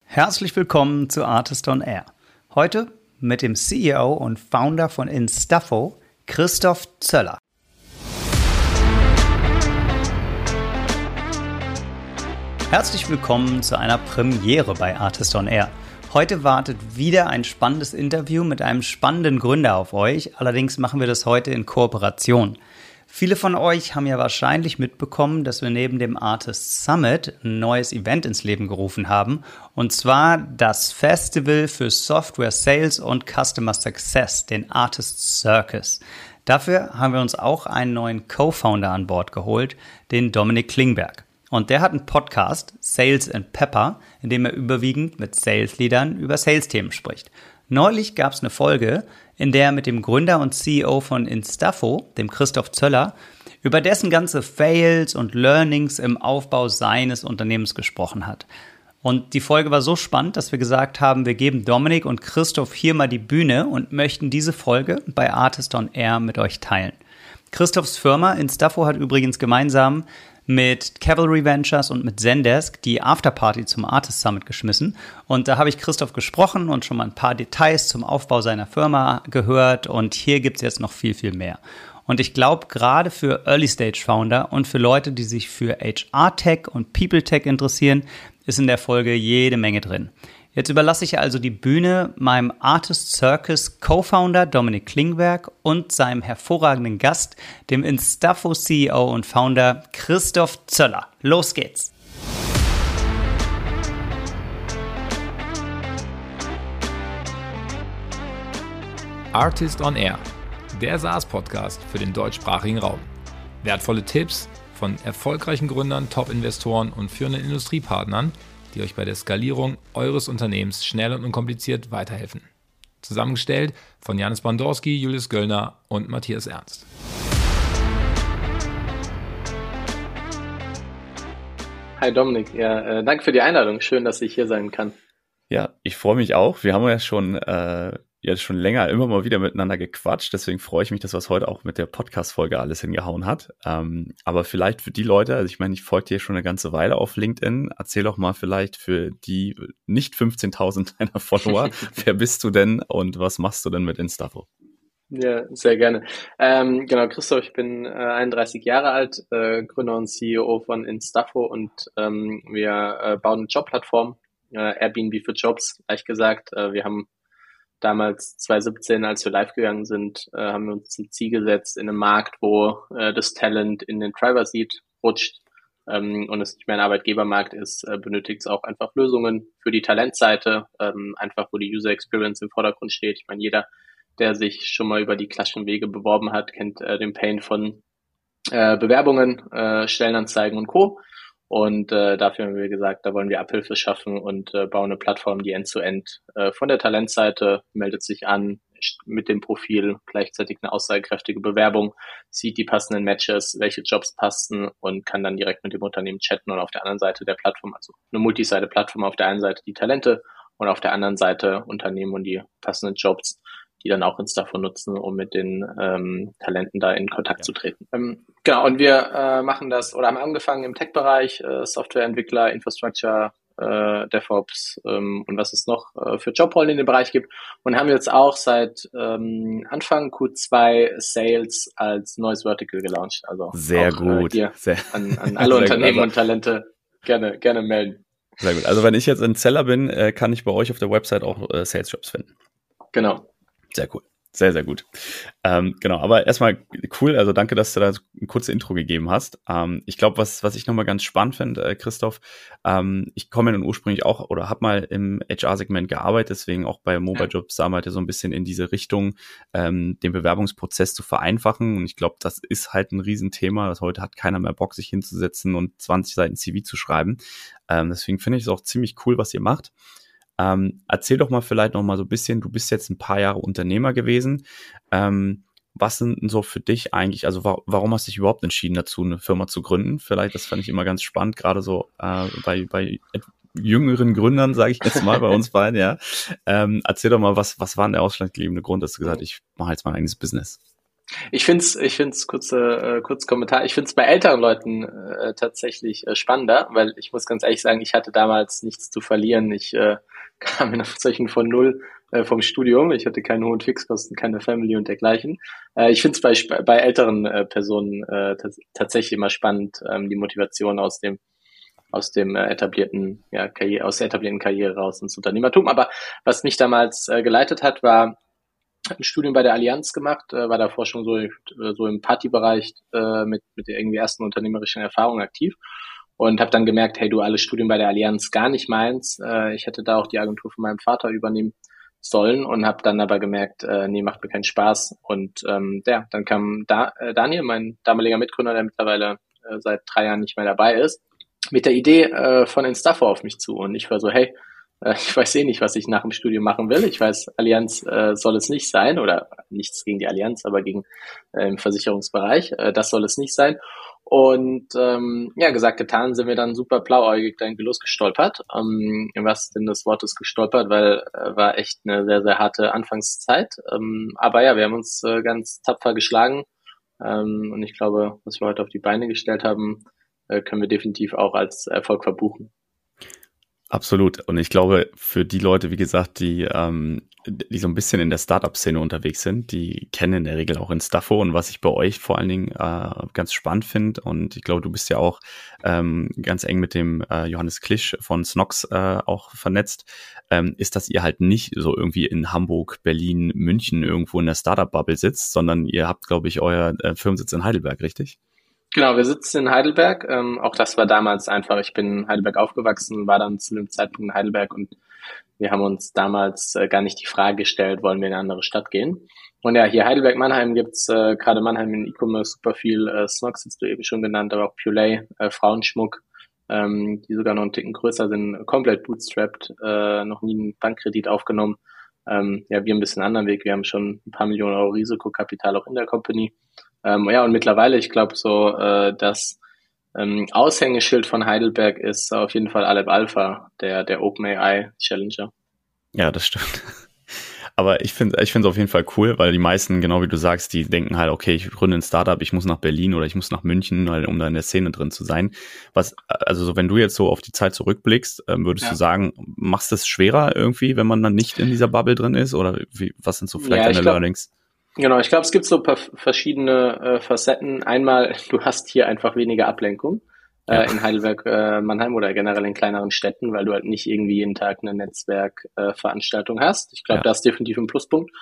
Herzlich willkommen zu Artist on Air. Heute mit dem CEO und Founder von Instafo, Christoph Zöller. Herzlich willkommen zu einer Premiere bei Artist on Air. Heute wartet wieder ein spannendes Interview mit einem spannenden Gründer auf euch. Allerdings machen wir das heute in Kooperation. Viele von euch haben ja wahrscheinlich mitbekommen, dass wir neben dem Artist Summit ein neues Event ins Leben gerufen haben. Und zwar das Festival für Software Sales und Customer Success, den Artist Circus. Dafür haben wir uns auch einen neuen Co-Founder an Bord geholt, den Dominik Klingberg. Und der hat einen Podcast, Sales and Pepper, in dem er überwiegend mit Sales-Leadern über Sales-Themen spricht. Neulich gab es eine Folge, in der er mit dem Gründer und CEO von Instafo, dem Christoph Zöller, über dessen ganze Fails und Learnings im Aufbau seines Unternehmens gesprochen hat. Und die Folge war so spannend, dass wir gesagt haben, wir geben Dominik und Christoph hier mal die Bühne und möchten diese Folge bei Artist on Air mit euch teilen. Christophs Firma Instafo hat übrigens gemeinsam mit Cavalry Ventures und mit Zendesk die Afterparty zum Artist Summit geschmissen. Und da habe ich Christoph gesprochen und schon mal ein paar Details zum Aufbau seiner Firma gehört. Und hier gibt es jetzt noch viel, viel mehr. Und ich glaube, gerade für Early-Stage-Founder und für Leute, die sich für HR-Tech und People-Tech interessieren, ist in der Folge jede Menge drin. Jetzt überlasse ich also die Bühne meinem Artist Circus Co-Founder Dominik Klingberg und seinem hervorragenden Gast, dem Instafo CEO und Founder Christoph Zöller. Los geht's! Artist on Air, der SaaS-Podcast für den deutschsprachigen Raum. Wertvolle Tipps von erfolgreichen Gründern, Top-Investoren und führenden Industriepartnern, die euch bei der Skalierung eures Unternehmens schnell und unkompliziert weiterhelfen. Zusammengestellt von Janis Bandorski, Julius Göllner und Matthias Ernst. Hi Dominik, danke für die Einladung. Schön, dass ich hier sein kann. Ja, ich freue mich auch. Wir haben ja schon länger immer mal wieder miteinander gequatscht. Deswegen freue ich mich, dass was heute auch mit der Podcast-Folge alles hingehauen hat. Aber vielleicht für die Leute, also ich meine, ich folge dir schon eine ganze Weile auf LinkedIn. Erzähl doch mal vielleicht für die nicht 15.000 deiner Follower, wer bist du denn und was machst du denn mit Instafo? Ja, sehr gerne. Genau, Christoph, ich bin 31 Jahre alt, Gründer und CEO von Instafo und wir bauen eine Jobplattform, Airbnb für Jobs, leicht gesagt. Wir haben damals 2017, als wir live gegangen sind, haben wir uns zum Ziel gesetzt in einem Markt, wo das Talent in den Driver's Seat rutscht und es nicht mehr ein Arbeitgebermarkt ist, benötigt es auch einfach Lösungen für die Talentseite, einfach wo die User Experience im Vordergrund steht. Ich meine, jeder, der sich schon mal über die klassischen Wege beworben hat, kennt den Pain von Bewerbungen, Stellenanzeigen und Co. Und dafür haben wir gesagt, da wollen wir Abhilfe schaffen und bauen eine Plattform, die End-to-End von der Talentseite meldet sich an, mit dem Profil gleichzeitig eine aussagekräftige Bewerbung, sieht die passenden Matches, welche Jobs passen und kann dann direkt mit dem Unternehmen chatten und auf der anderen Seite der Plattform, also eine Multi-Seite-Plattform, auf der einen Seite die Talente und auf der anderen Seite Unternehmen und die passenden Jobs, die dann auch Instafo nutzen, um mit den Talenten da in Kontakt zu treten. Genau, und wir machen das oder haben angefangen im Tech-Bereich, Softwareentwickler, Infrastructure, DevOps und was es noch für Jobrollen in dem Bereich gibt und haben jetzt auch seit Anfang Q2 Sales als neues Vertical gelauncht. Also sehr auch, gut. Hier an alle Unternehmen und Talente gerne melden. Sehr gut. Also wenn ich jetzt ein Seller bin, kann ich bei euch auf der Website auch Sales Jobs finden. Genau. Sehr cool. Sehr, sehr gut. Genau, aber erstmal cool, also danke, dass du da ein kurzes Intro gegeben hast. Ich glaube, was ich nochmal ganz spannend finde, Christoph, ich komme ja nun ursprünglich auch oder habe mal im HR-Segment gearbeitet, deswegen auch bei Mobile Jobs arbeite so ein bisschen in diese Richtung, den Bewerbungsprozess zu vereinfachen und ich glaube, das ist halt ein Riesenthema, das heute hat keiner mehr Bock, sich hinzusetzen und 20 Seiten CV zu schreiben. Deswegen finde ich es auch ziemlich cool, was ihr macht. Erzähl doch mal vielleicht noch mal so ein bisschen, du bist jetzt ein paar Jahre Unternehmer gewesen. Was sind denn so für dich eigentlich, also warum hast du dich überhaupt entschieden dazu, eine Firma zu gründen? Vielleicht, das fand ich immer ganz spannend, gerade so bei jüngeren Gründern, sage ich jetzt mal, bei uns beiden, ja. Erzähl doch mal, was war denn der ausschlaggebende Grund, dass du gesagt hast, ich mache jetzt mein eigenes Business? kurz Kommentar, ich find's bei älteren Leuten tatsächlich spannender, weil ich muss ganz ehrlich sagen, ich hatte damals nichts zu verlieren. Ich kam in Anführungszeichen von null vom Studium. Ich hatte keine hohen Fixkosten, keine Family und dergleichen. Ich find's bei älteren Personen tatsächlich immer spannend, die Motivation aus dem etablierten, aus der etablierten Karriere raus ins Unternehmertum. Aber was mich damals geleitet hat, war ein Studium bei der Allianz gemacht, war davor schon so im Partybereich mit der irgendwie ersten unternehmerischen Erfahrung aktiv und habe dann gemerkt, hey, duales Studium bei der Allianz gar nicht meins. Ich hätte da auch die Agentur von meinem Vater übernehmen sollen und habe dann aber gemerkt, nee, macht mir keinen Spaß. Und dann kam Daniel, mein damaliger Mitgründer, der mittlerweile seit 3 Jahren nicht mehr dabei ist, mit der Idee von Instafo auf mich zu. Und ich war so, hey, ich weiß eh nicht, was ich nach dem Studium machen will. Ich weiß, Allianz soll es nicht sein oder nichts gegen die Allianz, aber gegen im Versicherungsbereich. Das soll es nicht sein. Und gesagt, getan, sind wir dann super blauäugig da irgendwie losgestolpert. Im wahrsten Sinne des Wortes gestolpert, weil war echt eine sehr, sehr harte Anfangszeit. Aber ja, wir haben uns ganz tapfer geschlagen. Und ich glaube, was wir heute auf die Beine gestellt haben, können wir definitiv auch als Erfolg verbuchen. Absolut. Und ich glaube, für die Leute, wie gesagt, die so ein bisschen in der Startup-Szene unterwegs sind, die kennen in der Regel auch Instafo. Und was ich bei euch vor allen Dingen ganz spannend finde, und ich glaube, du bist ja auch ganz eng mit dem Johannes Klisch von Snox auch vernetzt, ist, dass ihr halt nicht so irgendwie in Hamburg, Berlin, München irgendwo in der Startup-Bubble sitzt, sondern ihr habt, glaube ich, euer Firmensitz in Heidelberg, richtig? Genau, wir sitzen in Heidelberg. Auch das war damals einfach. Ich bin in Heidelberg aufgewachsen, war dann zu dem Zeitpunkt in Heidelberg und wir haben uns damals gar nicht die Frage gestellt, wollen wir in eine andere Stadt gehen. Und ja, hier Heidelberg-Mannheim gibt's gerade Mannheim in E-Commerce super viel. Snox hast du eben schon genannt, aber auch Pulay, Frauenschmuck, die sogar noch einen Ticken größer sind, komplett bootstrapped, noch nie einen Bankkredit aufgenommen. Wir ein bisschen einen anderen Weg. Wir haben schon ein paar Millionen Euro Risikokapital auch in der Company. Und mittlerweile, ich glaube so, das Aushängeschild von Heidelberg ist auf jeden Fall Aleph Alpha, der OpenAI Challenger. Ja, das stimmt. Aber ich finde es auf jeden Fall cool, weil die meisten, genau wie du sagst, die denken halt, okay, ich gründe ein Startup, ich muss nach Berlin oder ich muss nach München, um da in der Szene drin zu sein. Also so, wenn du jetzt so auf die Zeit zurückblickst, würdest du sagen, machst du es schwerer irgendwie, wenn man dann nicht in dieser Bubble drin ist? Oder was sind so vielleicht deine Learnings? Genau, ich glaube, es gibt so verschiedene Facetten. Einmal, du hast hier einfach weniger Ablenkung in Heidelberg, Mannheim oder generell in kleineren Städten, weil du halt nicht irgendwie jeden Tag eine Netzwerkveranstaltung hast. Ich glaube, das ist definitiv ein Pluspunkt.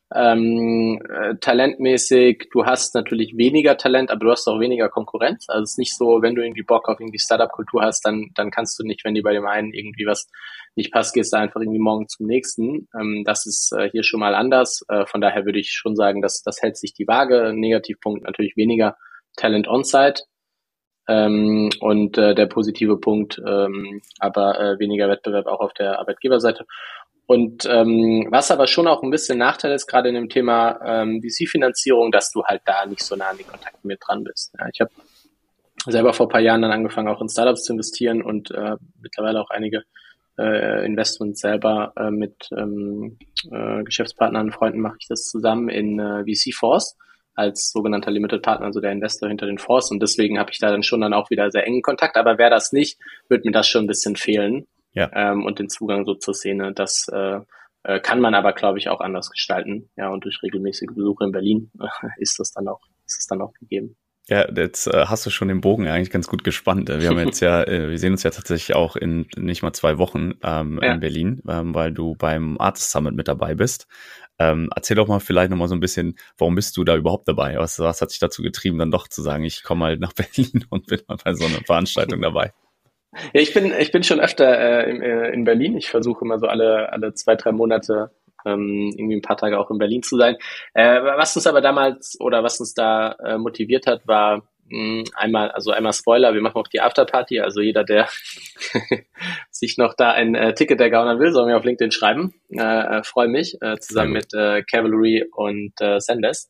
Talentmäßig, du hast natürlich weniger Talent, aber du hast auch weniger Konkurrenz. Also es ist nicht so, wenn du irgendwie Bock auf irgendwie Startup-Kultur hast, dann kannst du nicht, wenn dir bei dem einen irgendwie was nicht passt, gehst du einfach irgendwie morgen zum nächsten. Das ist hier schon mal anders. Von daher würde ich schon sagen, dass das hält sich die Waage. Negativpunkt natürlich weniger Talent on-site. Und der positive Punkt, aber weniger Wettbewerb auch auf der Arbeitgeberseite. Und was aber schon auch ein bisschen Nachteil ist, gerade in dem Thema VC-Finanzierung, dass du halt da nicht so nah an den Kontakten mit dran bist. Ja, ich habe selber vor ein paar Jahren dann angefangen, auch in Startups zu investieren und mittlerweile auch einige Investments selber mit Geschäftspartnern, Freunden mache ich das zusammen in VC-Fonds als sogenannter Limited Partner, also der Investor hinter den Fonds. Und deswegen habe ich da dann schon dann auch wieder sehr engen Kontakt. Aber wäre das nicht, wird mir das schon ein bisschen fehlen. Ja. Und den Zugang so zur Szene, das kann man aber, glaube ich, auch anders gestalten. Ja, und durch regelmäßige Besuche in Berlin ist es dann auch gegeben. Ja, jetzt hast du schon den Bogen eigentlich ganz gut gespannt. Wir haben jetzt wir sehen uns ja tatsächlich auch in nicht mal 2 Wochen in Berlin, weil du beim Artist Summit mit dabei bist. Erzähl doch mal vielleicht nochmal so ein bisschen, warum bist du da überhaupt dabei? Was hat dich dazu getrieben, dann doch zu sagen, ich komme mal nach Berlin und bin mal bei so einer Veranstaltung dabei? Ja, ich bin schon öfter in Berlin. Ich versuche immer so alle 2-3 Monate irgendwie ein paar Tage auch in Berlin zu sein. Was uns aber damals oder was uns da motiviert hat, war einmal Spoiler, wir machen auch die Afterparty, also jeder, der sich noch da ein Ticket ergaunern will, soll mir auf LinkedIn schreiben. Freue mich, zusammen mit Cavalry und Zendesk.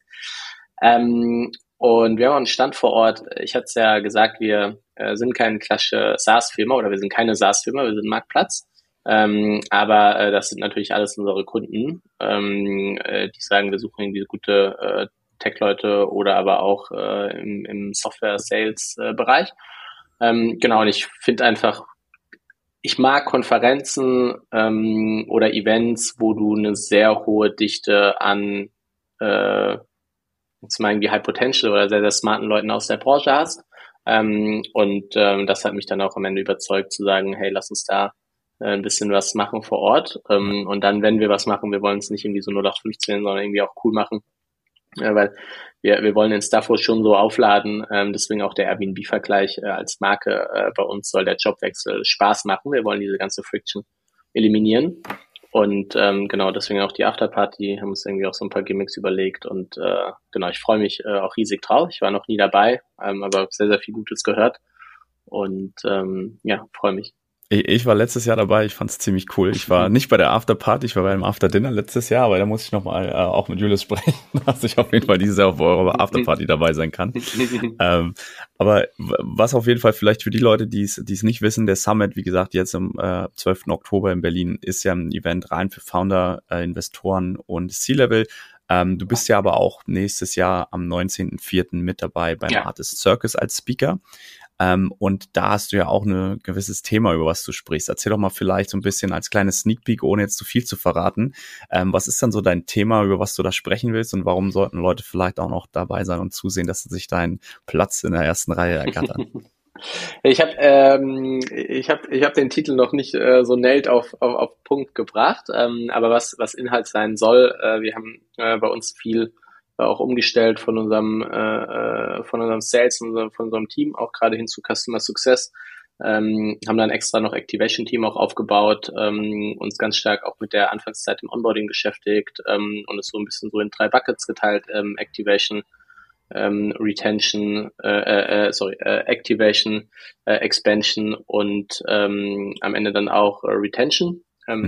Und wir haben einen Stand vor Ort. Ich hatte es ja gesagt, wir sind keine klassische SaaS-Firma oder wir sind keine SaaS-Firma, wir sind Marktplatz. Aber das sind natürlich alles unsere Kunden, die sagen, wir suchen irgendwie gute Tech-Leute oder aber auch im Software-Sales-Bereich. Genau, und ich finde einfach, ich mag Konferenzen oder Events, wo du eine sehr hohe Dichte an jetzt mal irgendwie High Potential oder sehr, sehr smarten Leuten aus der Branche hast. Das hat mich dann auch am Ende überzeugt zu sagen, hey, lass uns da ein bisschen was machen vor Ort. Und dann, wenn wir was machen, wir wollen es nicht irgendwie so 0815, sondern irgendwie auch cool machen. Weil wir wollen in Instafo schon so aufladen, deswegen auch der Airbnb-Vergleich als Marke. Bei uns soll der Jobwechsel Spaß machen. Wir wollen diese ganze Friction eliminieren. Und genau, deswegen auch die Afterparty, haben uns irgendwie auch so ein paar Gimmicks überlegt. Und genau, ich freue mich auch riesig drauf. Ich war noch nie dabei, aber sehr, sehr viel Gutes gehört. Und ja, freue mich. Ich war letztes Jahr dabei, ich fand es ziemlich cool. Ich war nicht bei der Afterparty, ich war bei einem Afterdinner letztes Jahr, aber da muss ich nochmal auch mit Julius sprechen, dass ich auf jeden Fall dieses Jahr auf eurer Afterparty dabei sein kann. Aber was auf jeden Fall vielleicht für die Leute, die es nicht wissen, der Summit, wie gesagt, jetzt am 12. Oktober in Berlin, ist ja ein Event rein für Founder, Investoren und C-Level. Du bist ja aber auch nächstes Jahr am 19.04. mit dabei beim Artist Circus als Speaker. Und da hast du ja auch ein gewisses Thema, über was du sprichst. Erzähl doch mal vielleicht so ein bisschen als kleines Sneak Peek, ohne jetzt zu viel zu verraten. Was ist dann so dein Thema, über was du da sprechen willst und warum sollten Leute vielleicht auch noch dabei sein und zusehen, dass sie sich deinen Platz in der ersten Reihe ergattern? Ich habe den Titel noch nicht so nailed auf Punkt gebracht, aber was Inhalt sein soll, wir haben bei uns viel auch umgestellt von unserem Sales und von unserem Team auch gerade hin zu Customer Success, haben dann extra noch Activation-Team auch aufgebaut, uns ganz stark auch mit der Anfangszeit im Onboarding beschäftigt und es so ein bisschen so in 3 Buckets geteilt, Activation, Retention, Activation, Expansion und am Ende dann auch Retention.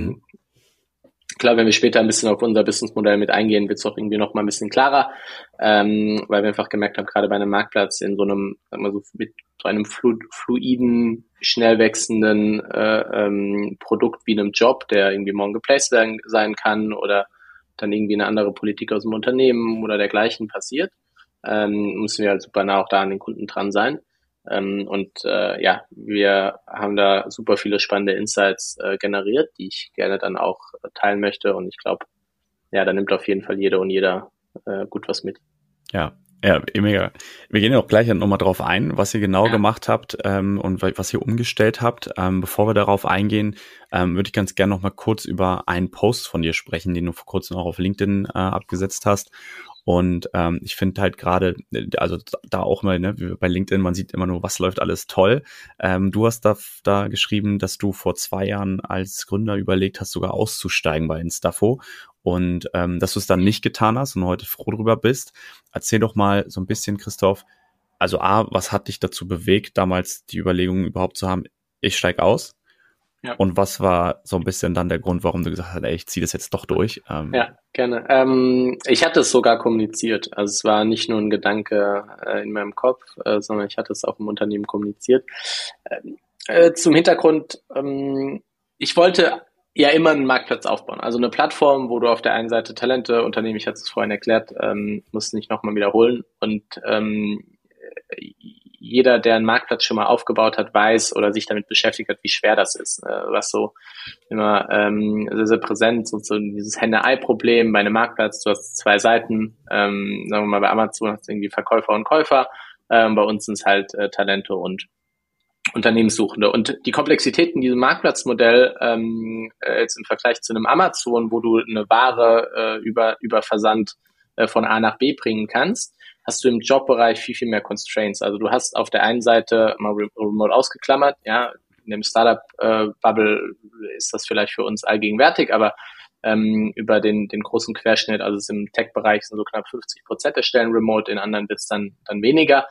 Klar, wenn wir später ein bisschen auf unser Businessmodell mit eingehen, wird es auch irgendwie noch mal ein bisschen klarer, weil wir einfach gemerkt haben, gerade bei einem Marktplatz in so einem, sagen wir so, mit so einem fluiden, schnell wechselnden Produkt wie einem Job, der irgendwie morgen geplaced sein kann oder dann irgendwie eine andere Politik aus dem Unternehmen oder dergleichen passiert, müssen wir halt super nah auch da an den Kunden dran sein. Wir haben da super viele spannende Insights generiert, die ich gerne dann auch teilen möchte. Und ich glaube, ja, da nimmt auf jeden Fall jeder und jeder gut was mit. Ja, mega. Wir gehen ja auch gleich nochmal drauf ein, was ihr genau gemacht habt und was ihr umgestellt habt. Bevor wir darauf eingehen, würde ich ganz gerne nochmal kurz über einen Post von dir sprechen, den du vor kurzem auch auf LinkedIn abgesetzt hast. Und ich finde halt gerade, also da auch mal, ne, bei LinkedIn, man sieht immer nur, was läuft alles toll. Du hast da geschrieben, dass du vor 2 Jahren als Gründer überlegt hast, sogar auszusteigen bei Instafo und dass du es dann nicht getan hast und heute froh drüber bist. Erzähl doch mal so ein bisschen, Christoph, also was hat dich dazu bewegt, damals die Überlegung überhaupt zu haben, ich steige aus? Ja. Und was war so ein bisschen dann der Grund, warum du gesagt hast, ey, ich ziehe das jetzt doch durch? Ja, gerne. Ich hatte es sogar kommuniziert. Also es war nicht nur ein Gedanke in meinem Kopf, sondern ich hatte es auch im Unternehmen kommuniziert. Zum Hintergrund, ich wollte ja immer einen Marktplatz aufbauen. Also eine Plattform, wo du auf der einen Seite Talente, Unternehmen, ich hatte es vorhin erklärt, muss nicht nochmal wiederholen. Und jeder, der einen Marktplatz schon mal aufgebaut hat, weiß oder sich damit beschäftigt hat, wie schwer das ist. Was so immer sehr, sehr präsent, so dieses Henne-Ei-Problem bei einem Marktplatz. Du hast 2 Seiten, sagen wir mal, bei Amazon hast du irgendwie Verkäufer und Käufer. Bei uns sind es halt Talente und Unternehmenssuchende. Und die Komplexität in diesem Marktplatzmodell jetzt im Vergleich zu einem Amazon, wo du eine Ware über Versand von A nach B bringen kannst, hast du im Jobbereich viel, viel mehr Constraints. Also du hast auf der einen Seite mal Remote ausgeklammert, ja, in dem Startup-Bubble ist das vielleicht für uns allgegenwärtig, aber über den großen Querschnitt, also es im Tech-Bereich sind so knapp 50% der Stellen remote, in anderen wird es dann weniger.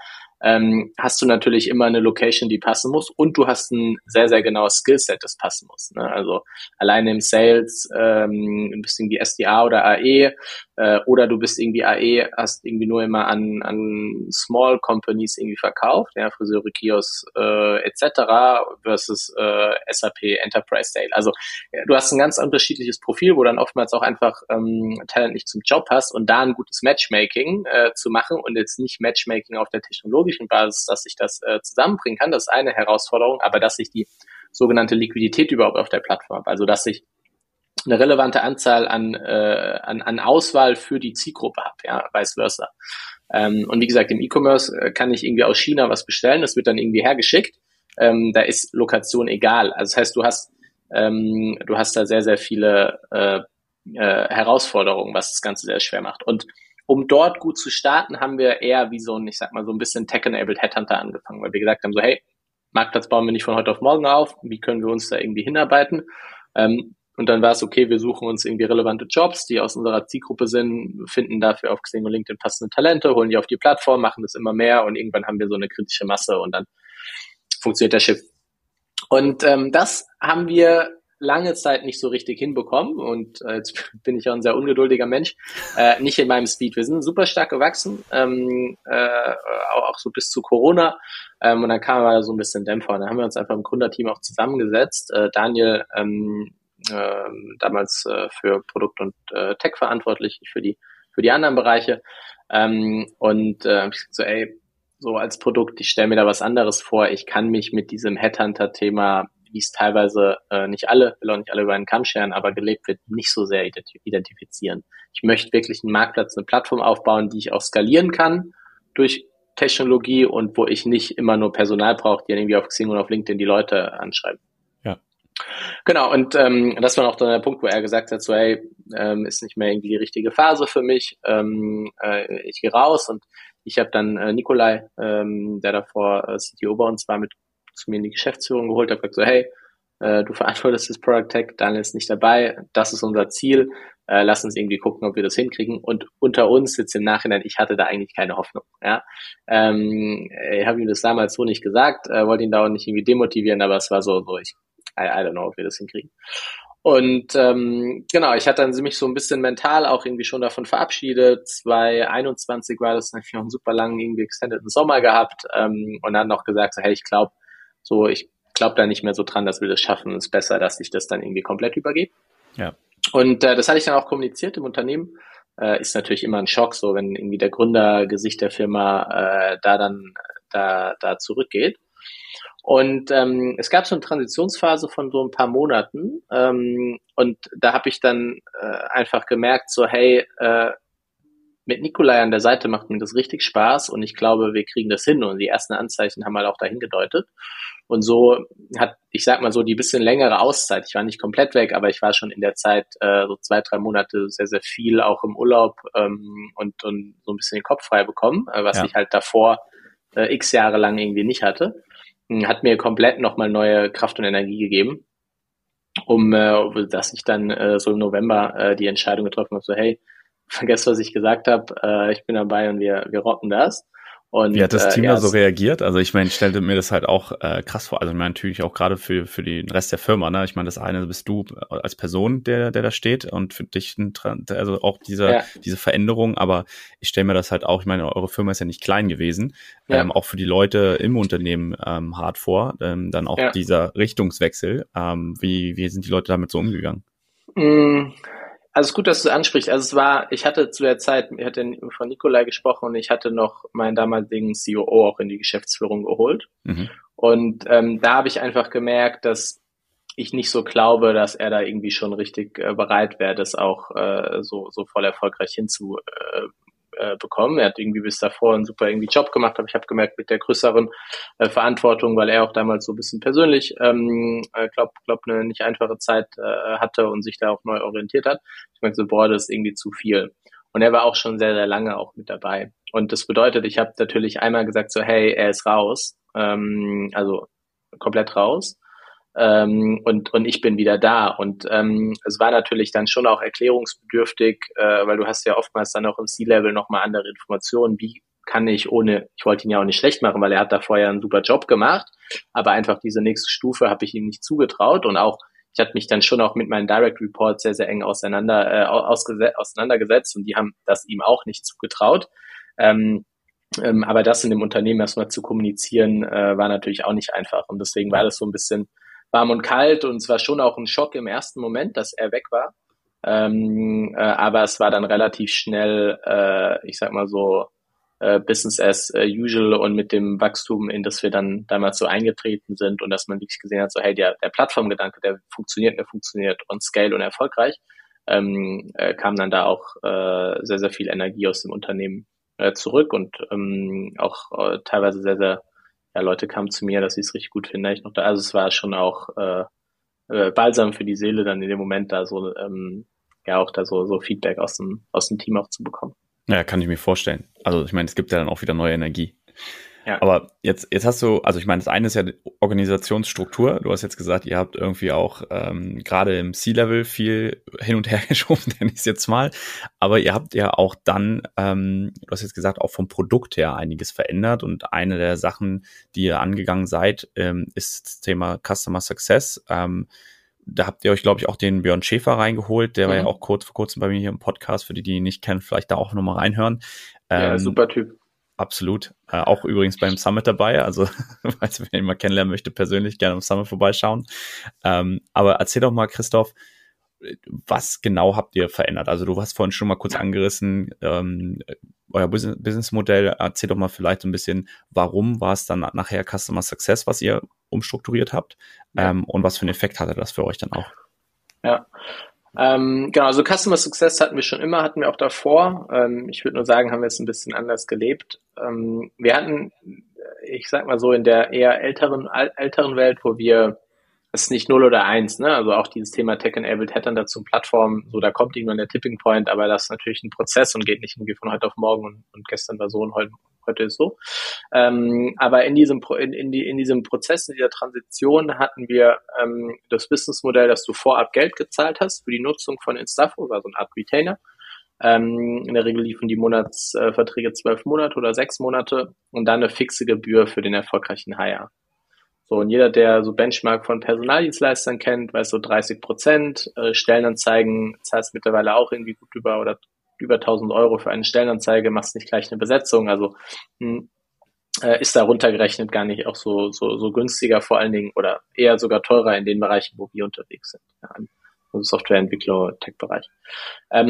hast du natürlich immer eine Location, die passen muss und du hast ein sehr, sehr genaues Skillset, das passen muss. Ne? Also alleine im Sales, bist irgendwie SDA oder AE oder du bist irgendwie AE, hast irgendwie nur immer an Small Companies irgendwie verkauft, ja, Friseure, Kiosk etc. versus SAP Enterprise Sale. Also du hast ein ganz unterschiedliches Profil, wo dann oftmals auch einfach Talent nicht zum Job hast und da ein gutes Matchmaking zu machen und jetzt nicht Matchmaking auf der technologischen Basis, dass ich das zusammenbringen kann, das ist eine Herausforderung, aber dass ich die sogenannte Liquidität überhaupt auf der Plattform habe, also dass ich eine relevante Anzahl an Auswahl für die Zielgruppe habe, ja, vice versa. Und wie gesagt, im E-Commerce kann ich irgendwie aus China was bestellen, das wird dann irgendwie hergeschickt, da ist Lokation egal. Also das heißt, du hast da sehr, sehr viele Herausforderungen, was das Ganze sehr schwer macht. Und um dort gut zu starten, haben wir eher wie so ein, ich sag mal, so ein bisschen Tech-enabled Headhunter angefangen, weil wir gesagt haben, so hey, Marktplatz bauen wir nicht von heute auf morgen auf, wie können wir uns da irgendwie hinarbeiten? Und dann war es okay, wir suchen uns irgendwie relevante Jobs, die aus unserer Zielgruppe sind, finden dafür auf Xing und LinkedIn passende Talente, holen die auf die Plattform, machen das immer mehr und irgendwann haben wir so eine kritische Masse und dann funktioniert der Schiff. Und das haben wir lange Zeit nicht so richtig hinbekommen und jetzt bin ich ja ein sehr ungeduldiger Mensch, nicht in meinem Speed. Wir sind super stark gewachsen, auch so bis zu Corona und dann kam aber so ein bisschen Dämpfer und dann haben wir uns einfach im Gründerteam auch zusammengesetzt. Daniel damals für Produkt und Tech verantwortlich, für die anderen Bereiche so ey, so als Produkt, ich stelle mir da was anderes vor, ich kann mich mit diesem Headhunter-Thema, wie es teilweise nicht alle, will auch nicht alle über einen Kamm scheren, aber gelebt wird, nicht so sehr identifizieren. Ich möchte wirklich einen Marktplatz, eine Plattform aufbauen, die ich auch skalieren kann durch Technologie und wo ich nicht immer nur Personal brauche, die dann irgendwie auf Xing und auf LinkedIn die Leute anschreiben. Ja. Genau, und das war auch dann der Punkt, wo er gesagt hat, so hey, ist nicht mehr irgendwie die richtige Phase für mich, ich gehe raus und ich habe dann Nikolai, der davor CTO bei uns war, mit zu mir in die Geschäftsführung geholt, habe gesagt so, hey, du verantwortest das Product Tech, Daniel ist nicht dabei, das ist unser Ziel, lass uns irgendwie gucken, ob wir das hinkriegen. Und unter uns jetzt im Nachhinein, ich hatte da eigentlich keine Hoffnung. Ja, ich habe ihm das damals so nicht gesagt, wollte ihn da auch nicht irgendwie demotivieren, aber es war so I don't know, ob wir das hinkriegen. Und genau, ich hatte dann mich so ein bisschen mental auch irgendwie schon davon verabschiedet. 2021 war das, dann noch einen super langen irgendwie extendeden Sommer gehabt und dann noch gesagt, so, hey, ich glaube da nicht mehr so dran, dass wir das schaffen. Es ist besser, dass ich das dann irgendwie komplett übergebe. Ja. Und das hatte ich dann auch kommuniziert im Unternehmen. Ist natürlich immer ein Schock, so wenn irgendwie der Gründergesicht der Firma da zurückgeht. Und es gab so eine Transitionsphase von so ein paar Monaten und da habe ich dann einfach gemerkt, so hey, mit Nikolai an der Seite macht mir das richtig Spaß und ich glaube, wir kriegen das hin und die ersten Anzeichen haben halt auch dahin gedeutet. Und so hat, ich sag mal so, die bisschen längere Auszeit, ich war nicht komplett weg, aber ich war schon in der Zeit so 2-3 Monate sehr, sehr viel auch im Urlaub und so ein bisschen den Kopf frei bekommen, was ich halt davor x Jahre lang irgendwie nicht hatte. Hat mir komplett nochmal neue Kraft und Energie gegeben, dass ich dann so im November die Entscheidung getroffen habe, so hey, vergesst, was ich gesagt habe, ich bin dabei und wir rocken das. Und, wie hat das Team da so reagiert? Also ich meine, ich stellte mir das halt auch krass vor. Also ich meine natürlich auch gerade für den Rest der Firma. Ne? Ich meine, das eine bist du als Person, der da steht und für dich also auch diese Veränderung. Aber ich stelle mir das halt auch, ich meine, eure Firma ist ja nicht klein gewesen. Auch für die Leute im Unternehmen hart vor. Dann auch dieser Richtungswechsel. Wie sind die Leute damit so umgegangen? Also es ist gut, dass du es ansprichst. Also ich hatte zu der Zeit, ich hatte von Nikolai gesprochen und ich hatte noch meinen damaligen COO auch in die Geschäftsführung geholt. Mhm. Und da habe ich einfach gemerkt, dass ich nicht so glaube, dass er da irgendwie schon richtig bereit wäre, das auch so voll erfolgreich bekommen. Er hat irgendwie bis davor einen super irgendwie Job gemacht, aber ich habe gemerkt, mit der größeren Verantwortung, weil er auch damals so ein bisschen persönlich, glaub eine nicht einfache Zeit hatte und sich da auch neu orientiert hat. Ich merkte so, boah, das ist irgendwie zu viel. Und er war auch schon sehr, sehr lange auch mit dabei. Und das bedeutet, ich habe natürlich einmal gesagt so, hey, er ist raus, also komplett raus. Und ich bin wieder da und es war natürlich dann schon auch erklärungsbedürftig, weil du hast ja oftmals dann auch im C-Level nochmal andere Informationen, wie ich wollte ihn ja auch nicht schlecht machen, weil er hat da vorher einen super Job gemacht, aber einfach diese nächste Stufe habe ich ihm nicht zugetraut und auch, ich hatte mich dann schon auch mit meinen Direct Reports sehr, sehr eng auseinandergesetzt und die haben das ihm auch nicht zugetraut. Aber das in dem Unternehmen erstmal zu kommunizieren, war natürlich auch nicht einfach und deswegen war das so ein bisschen warm und kalt und es war schon auch ein Schock im ersten Moment, dass er weg war. Aber es war dann relativ schnell, ich sag mal so, Business as usual und mit dem Wachstum, in das wir dann damals so eingetreten sind und dass man wirklich gesehen hat, so hey, der Plattformgedanke, der funktioniert on Scale und erfolgreich, kam dann da auch sehr, sehr viel Energie aus dem Unternehmen zurück und auch teilweise sehr, sehr, ja, Leute kamen zu mir, dass sie es richtig gut finden, ich noch da, also es war schon auch balsam für die Seele dann in dem Moment da so ja auch da so Feedback aus dem Team auch zu bekommen. Ja, kann ich mir vorstellen. Also ich meine, es gibt ja dann auch wieder neue Energie. Ja. Aber jetzt hast du, also ich meine, das eine ist ja die Organisationsstruktur. Du hast jetzt gesagt, ihr habt irgendwie auch gerade im C-Level viel hin und her geschoben, nenne ich es jetzt mal. Aber ihr habt ja auch dann, du hast jetzt gesagt, auch vom Produkt her einiges verändert. Und eine der Sachen, die ihr angegangen seid, ist das Thema Customer Success. Da habt ihr euch, glaube ich, auch den Björn Schäfer reingeholt. Der war ja auch vor kurzem bei mir hier im Podcast. Für die ihn nicht kennen, vielleicht da auch nochmal reinhören. Ja, super Typ. Absolut. Auch übrigens beim Summit dabei. Also, falls wer ihn mal kennenlernen möchte, persönlich gerne am Summit vorbeischauen. Aber erzähl doch mal, Christoph, was genau habt ihr verändert? Also, du hast vorhin schon mal kurz angerissen, euer Businessmodell. Erzähl doch mal vielleicht so ein bisschen, warum war es dann nachher Customer Success, was ihr umstrukturiert habt? Und was für einen Effekt hatte das für euch dann auch? Ja. Genau, also Customer Success hatten wir auch davor. Ich würde nur sagen, haben wir es ein bisschen anders gelebt. Wir hatten, ich sag mal so, in der eher älteren Welt, wo wir, es ist nicht 0 oder 1, ne? Also auch dieses Thema Tech-Enabled Headhunter zu Plattformen, so da kommt irgendwann der Tipping Point, aber das ist natürlich ein Prozess und geht nicht irgendwie von heute auf morgen und gestern war so und heute ist so. Aber in diesem Prozess, in dieser Transition hatten wir das Businessmodell, dass du vorab Geld gezahlt hast für die Nutzung von Instafo, war so eine Art Retainer. In der Regel liefen die Monatsverträge 12 Monate oder 6 Monate und dann eine fixe Gebühr für den erfolgreichen Hire. So, und jeder, der so Benchmark von Personaldienstleistern kennt, weiß so 30%, Stellenanzeigen zahlst mittlerweile auch irgendwie gut über 1.000 Euro für eine Stellenanzeige, machst nicht gleich eine Besetzung, also ist da runtergerechnet gar nicht auch so günstiger vor allen Dingen oder eher sogar teurer in den Bereichen, wo wir unterwegs sind. Ja, also Softwareentwickler, Tech-Bereich. Da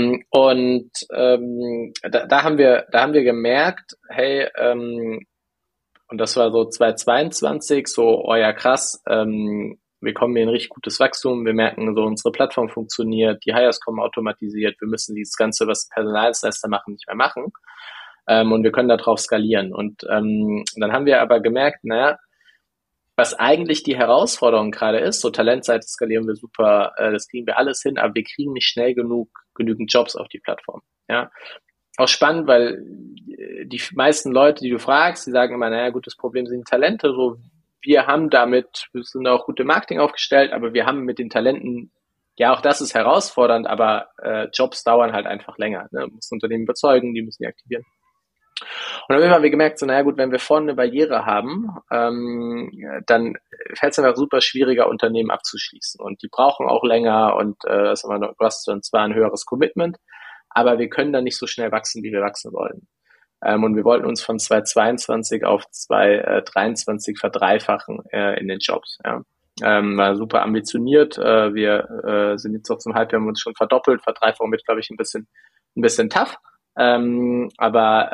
haben wir gemerkt, hey, und das war so 2022, so, oh ja, krass, wir kommen hier in richtig gutes Wachstum, wir merken so, unsere Plattform funktioniert, die Hires kommen automatisiert, wir müssen dieses Ganze, was Personaldienstleister machen, nicht mehr machen. Und wir können darauf skalieren. Und dann haben wir aber gemerkt, naja, was eigentlich die Herausforderung gerade ist, so Talentseite skalieren wir super, das kriegen wir alles hin, aber wir kriegen nicht schnell genügend Jobs auf die Plattform. Ja. Auch spannend, weil die meisten Leute, die du fragst, die sagen immer, naja gut, das Problem sind die Talente, so wir sind auch gut im Marketing aufgestellt, aber wir haben mit den Talenten, ja auch das ist herausfordernd, aber Jobs dauern halt einfach länger. Ne? Man muss Unternehmen überzeugen, die müssen die aktivieren. Und dann haben wir gemerkt, so naja gut, wenn wir vorne eine Barriere haben, dann fällt es einfach super schwieriger, Unternehmen abzuschließen. Und die brauchen auch länger und du hast dann zwar ein höheres Commitment, aber wir können dann nicht so schnell wachsen, wie wir wachsen wollen. Und wir wollten uns von 2022 auf 2023 verdreifachen in den Jobs. Ja. War super ambitioniert. Wir sind jetzt auch zum Halbjahr, haben uns schon verdoppelt. Verdreifachung wird, glaube ich, ein bisschen tough. Aber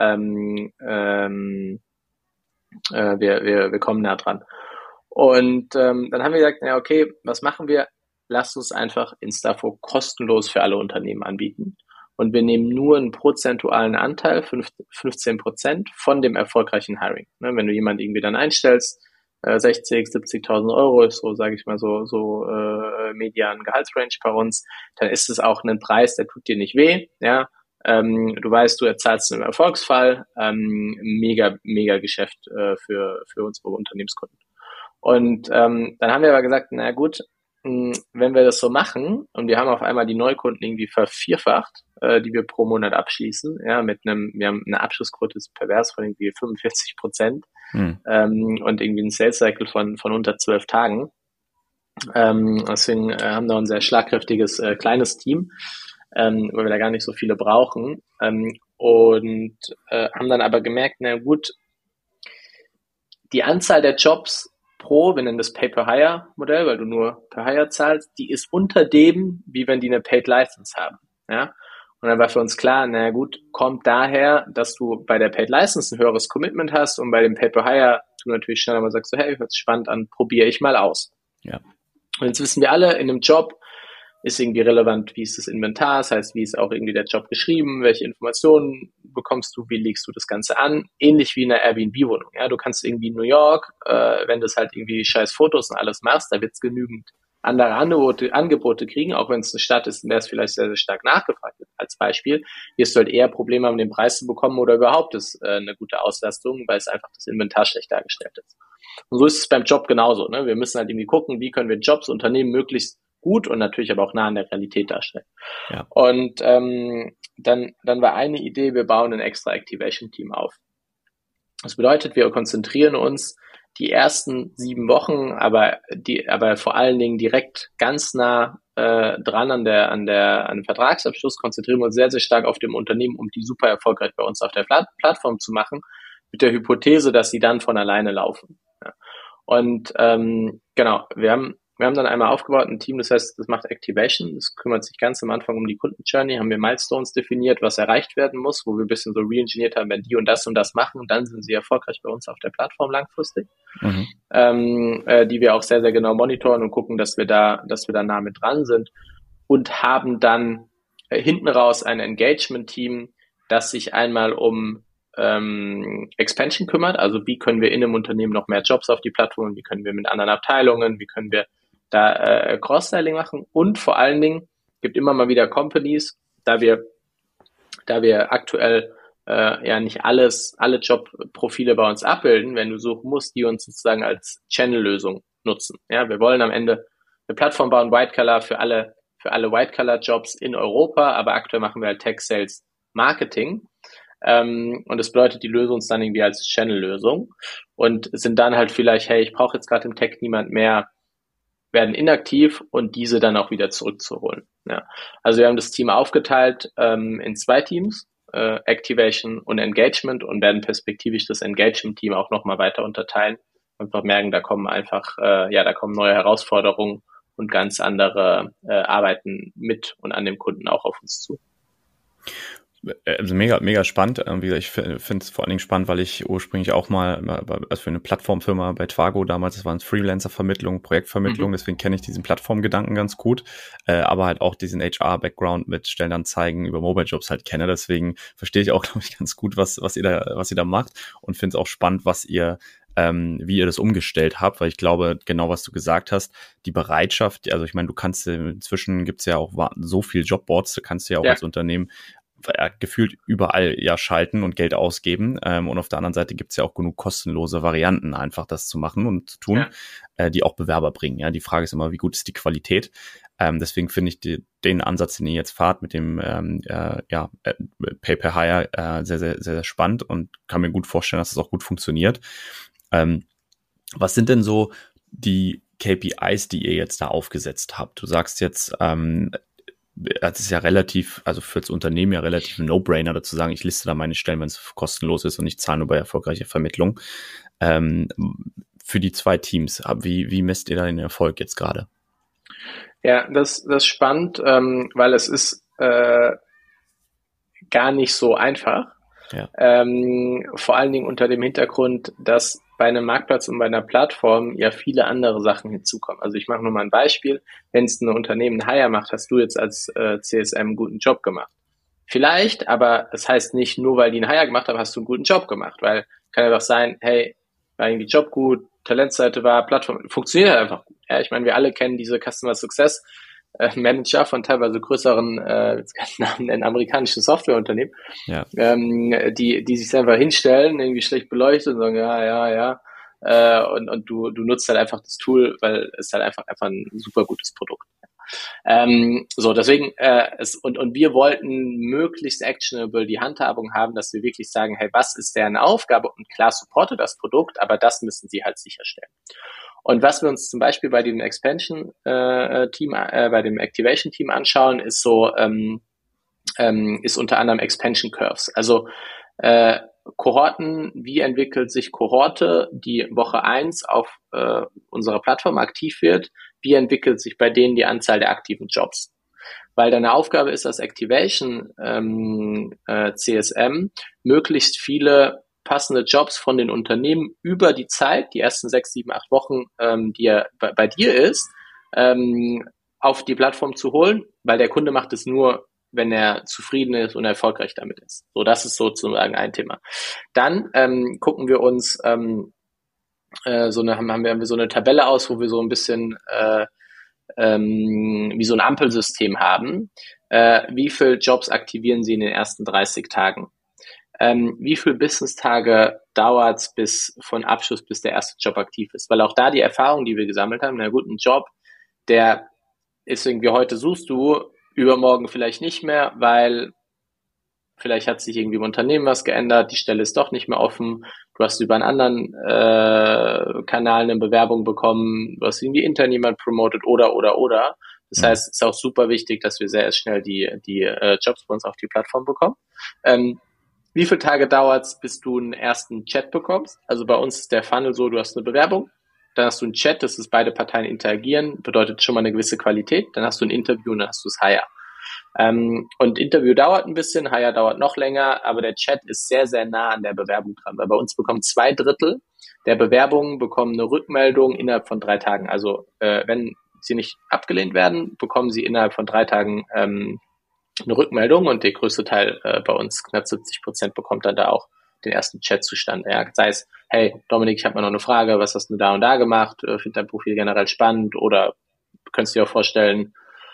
wir kommen nah dran. Und dann haben wir gesagt, na okay, was machen wir? Lasst uns einfach Instafo kostenlos für alle Unternehmen anbieten. Und wir nehmen nur einen prozentualen Anteil, 15% von dem erfolgreichen Hiring. Ne, wenn du jemanden irgendwie dann einstellst, 60.000, 70.000 Euro ist so, sage ich mal, so median Gehaltsrange bei uns, dann ist es auch ein Preis, der tut dir nicht weh. Ja, du weißt, du erzahlst im Erfolgsfall, mega Geschäft für unsere Unternehmenskunden. Und dann haben wir aber gesagt, na gut, wenn wir das so machen und wir haben auf einmal die Neukunden irgendwie vervierfacht, die wir pro Monat abschließen. Ja, wir haben eine Abschlussquote, ist pervers von irgendwie 45%, und irgendwie ein Sales Cycle von unter 12 Tagen. Deswegen haben wir ein sehr schlagkräftiges kleines Team, weil wir da gar nicht so viele brauchen. Und haben dann aber gemerkt, na gut, die Anzahl der Jobs wir nennen das Pay-per-Hire-Modell, weil du nur per Hire zahlst, die ist unter dem, wie wenn die eine Paid License haben. Ja? Und dann war für uns klar, na gut, kommt daher, dass du bei der Paid License ein höheres Commitment hast und bei dem Pay-per-Hire du natürlich schneller mal sagst, so, hey, hört sich spannend an, probiere ich mal aus. Ja. Und jetzt wissen wir alle, in einem Job ist irgendwie relevant, wie ist das Inventar, das heißt, wie ist auch irgendwie der Job geschrieben, welche Informationen bekommst du, wie legst du das Ganze an, ähnlich wie in einer Airbnb-Wohnung. Ja, du kannst irgendwie in New York, wenn du es halt irgendwie scheiß Fotos und alles machst, da wird es genügend andere Angebote kriegen, auch wenn es eine Stadt ist, in der es vielleicht sehr, sehr stark nachgefragt wird. Als Beispiel wirst du halt eher Probleme haben, den Preis zu bekommen oder überhaupt ist eine gute Auslastung, weil es einfach das Inventar schlecht dargestellt ist. Und so ist es beim Job genauso. Ne? Wir müssen halt irgendwie gucken, wie können wir Jobs, Unternehmen möglichst gut und natürlich aber auch nah an der Realität darstellen. Ja. Und dann war eine Idee, wir bauen ein extra Activation-Team auf. Das bedeutet, wir konzentrieren uns die ersten 7 Wochen, aber vor allen Dingen direkt ganz nah dran an dem Vertragsabschluss, konzentrieren wir uns sehr, sehr stark auf dem Unternehmen, um die super erfolgreich bei uns auf der Plattform zu machen, mit der Hypothese, dass sie dann von alleine laufen. Ja. Und genau, wir haben dann einmal aufgebaut ein Team, das heißt, das macht Activation, das kümmert sich ganz am Anfang um die Kundenjourney, haben wir Milestones definiert, was erreicht werden muss, wo wir ein bisschen so re-engineert haben, wenn die und das machen, dann sind sie erfolgreich bei uns auf der Plattform langfristig, die wir auch sehr, sehr genau monitoren und gucken, dass wir da nah mit dran sind und haben dann hinten raus ein Engagement-Team, das sich einmal um Expansion kümmert, also wie können wir in einem Unternehmen noch mehr Jobs auf die Plattform, wie können wir mit anderen Abteilungen, wie können wir da Cross-Selling machen und vor allen Dingen gibt immer mal wieder Companies, da wir aktuell nicht alle Jobprofile bei uns abbilden, wenn du suchen musst, die uns sozusagen als Channel-Lösung nutzen. Ja, wir wollen am Ende eine Plattform bauen, White Collar für alle White Collar Jobs in Europa, aber aktuell machen wir halt Tech Sales Marketing. Und das bedeutet, die lösen uns dann irgendwie als Channel-Lösung und sind dann halt vielleicht, hey, ich brauche jetzt gerade im Tech niemand mehr, werden inaktiv und diese dann auch wieder zurückzuholen. Ja. Also wir haben das Team aufgeteilt in 2 Teams, Activation und Engagement und werden perspektivisch das Engagement-Team auch nochmal weiter unterteilen und wir merken, da kommen neue Herausforderungen und ganz andere Arbeiten mit und an dem Kunden auch auf uns zu. Also mega, mega spannend. Wie gesagt, ich finde es vor allen Dingen spannend, weil ich ursprünglich auch mal für eine Plattformfirma bei Twago damals, das waren Freelancer-Vermittlung, Projektvermittlung, deswegen kenne ich diesen Plattformgedanken ganz gut, aber halt auch diesen HR-Background mit Stellenanzeigen über Mobile-Jobs halt kenne. Deswegen verstehe ich auch, glaube ich, ganz gut, was ihr da macht und finde es auch spannend, wie ihr das umgestellt habt, weil ich glaube, genau was du gesagt hast, die Bereitschaft, also ich meine, inzwischen gibt's ja auch so viel Jobboards, da kannst du ja auch als Unternehmen gefühlt überall schalten und Geld ausgeben. Und auf der anderen Seite gibt's ja auch genug kostenlose Varianten, einfach das zu machen und zu tun, die auch Bewerber bringen. Ja, die Frage ist immer, wie gut ist die Qualität? Deswegen finde ich den Ansatz, den ihr jetzt fahrt mit dem Pay-per-Hire sehr, sehr, sehr, sehr spannend und kann mir gut vorstellen, dass das auch gut funktioniert. Was sind denn so die KPIs, die ihr jetzt da aufgesetzt habt? Du sagst jetzt, das ist ja relativ, also für das Unternehmen ja relativ ein No-Brainer dazu sagen, ich liste da meine Stellen, wenn es kostenlos ist und ich zahle nur bei erfolgreicher Vermittlung. Für die 2 Teams, wie messt ihr da den Erfolg jetzt gerade? Ja, das ist spannend, weil es ist gar nicht so einfach. Ja. Vor allen Dingen unter dem Hintergrund, dass bei einem Marktplatz und bei einer Plattform ja viele andere Sachen hinzukommen. Also ich mache nur mal ein Beispiel. Wenn es ein Unternehmen Hire macht, hast du jetzt als CSM einen guten Job gemacht. Vielleicht, aber das heißt nicht, nur weil die einen Hire gemacht haben, hast du einen guten Job gemacht. Weil kann einfach sein, hey, war irgendwie Job gut, Talentseite war, Plattform, funktioniert halt einfach gut. Ja, ich meine, wir alle kennen diese Customer Success Manager von teilweise größeren, jetzt keinen Namen nennen, amerikanischen Softwareunternehmen, die sich einfach hinstellen, irgendwie schlecht beleuchtet und sagen, und du nutzt halt einfach das Tool, weil es halt einfach ein super gutes Produkt ist. So, deswegen, und wir wollten möglichst actionable die Handhabung haben, dass wir wirklich sagen, hey, was ist deren Aufgabe? Und klar, supporte das Produkt, aber das müssen sie halt sicherstellen. Und was wir uns zum Beispiel bei dem Expansion Team, bei dem Activation Team anschauen, ist so, ist unter anderem Expansion Curves. Also Kohorten, wie entwickelt sich Kohorte, die Woche 1 auf unserer Plattform aktiv wird, wie entwickelt sich bei denen die Anzahl der aktiven Jobs. Weil deine Aufgabe ist als Activation CSM, möglichst viele passende Jobs von den Unternehmen über die Zeit, die ersten 6, 7, 8 Wochen, die er bei dir ist, auf die Plattform zu holen, weil der Kunde macht es nur, wenn er zufrieden ist und erfolgreich damit ist. So, das ist sozusagen ein Thema. Dann gucken wir uns haben wir so eine Tabelle aus, wo wir so ein bisschen wie so ein Ampelsystem haben. Wie viele Jobs aktivieren Sie in den ersten 30 Tagen? Wie viele Business-Tage dauert es bis von Abschluss, bis der erste Job aktiv ist? Weil auch da die Erfahrung, die wir gesammelt haben, na gut, ein Job, der ist irgendwie, heute suchst du, übermorgen vielleicht nicht mehr, weil vielleicht hat sich irgendwie im Unternehmen was geändert, die Stelle ist doch nicht mehr offen, du hast über einen anderen Kanal eine Bewerbung bekommen, du hast irgendwie intern jemand promoted oder. Das heißt, es ist auch super wichtig, dass wir sehr schnell die Jobs bei uns auf die Plattform bekommen. Wie viele Tage dauert es, bis du einen ersten Chat bekommst? Also bei uns ist der Funnel so, du hast eine Bewerbung, dann hast du einen Chat, das ist beide Parteien interagieren, bedeutet schon mal eine gewisse Qualität, dann hast du ein Interview und dann hast du das Hire. Und Interview dauert ein bisschen, Hire dauert noch länger, aber der Chat ist sehr, sehr nah an der Bewerbung dran, weil bei uns bekommen 2/3 der Bewerbungen bekommen eine Rückmeldung innerhalb von 3 Tagen. Also wenn sie nicht abgelehnt werden, bekommen sie innerhalb von 3 Tagen eine Rückmeldung und der größte Teil bei uns, knapp 70%, bekommt dann da auch den ersten Chat zustande. Ja. Sei es, hey Dominik, ich habe mal noch eine Frage, was hast du da und da gemacht? Finde dein Profil generell spannend oder könntest du dir auch vorstellen,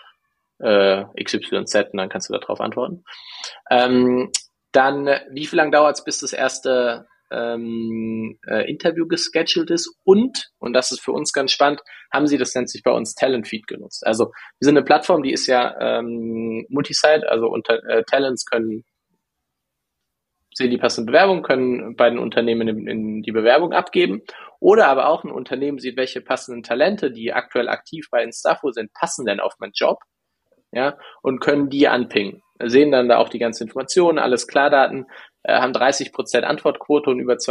XYZ, und dann kannst du darauf antworten. Dann, wie viel lang dauert es, bis das erste Interview gescheduled ist? Und das ist für uns ganz spannend, haben sie, das nennt sich bei uns Talent Feed, genutzt. Also wir sind eine Plattform, die ist ja Multisite, also Talents sehen die passende Bewerbung, können bei den Unternehmen in die Bewerbung abgeben. Oder aber auch ein Unternehmen sieht, welche passenden Talente, die aktuell aktiv bei Instafo sind, passen denn auf meinen Job, ja, und können die anpingen. Sehen dann da auch die ganzen Informationen, alles Klardaten, haben 30% Antwortquote und über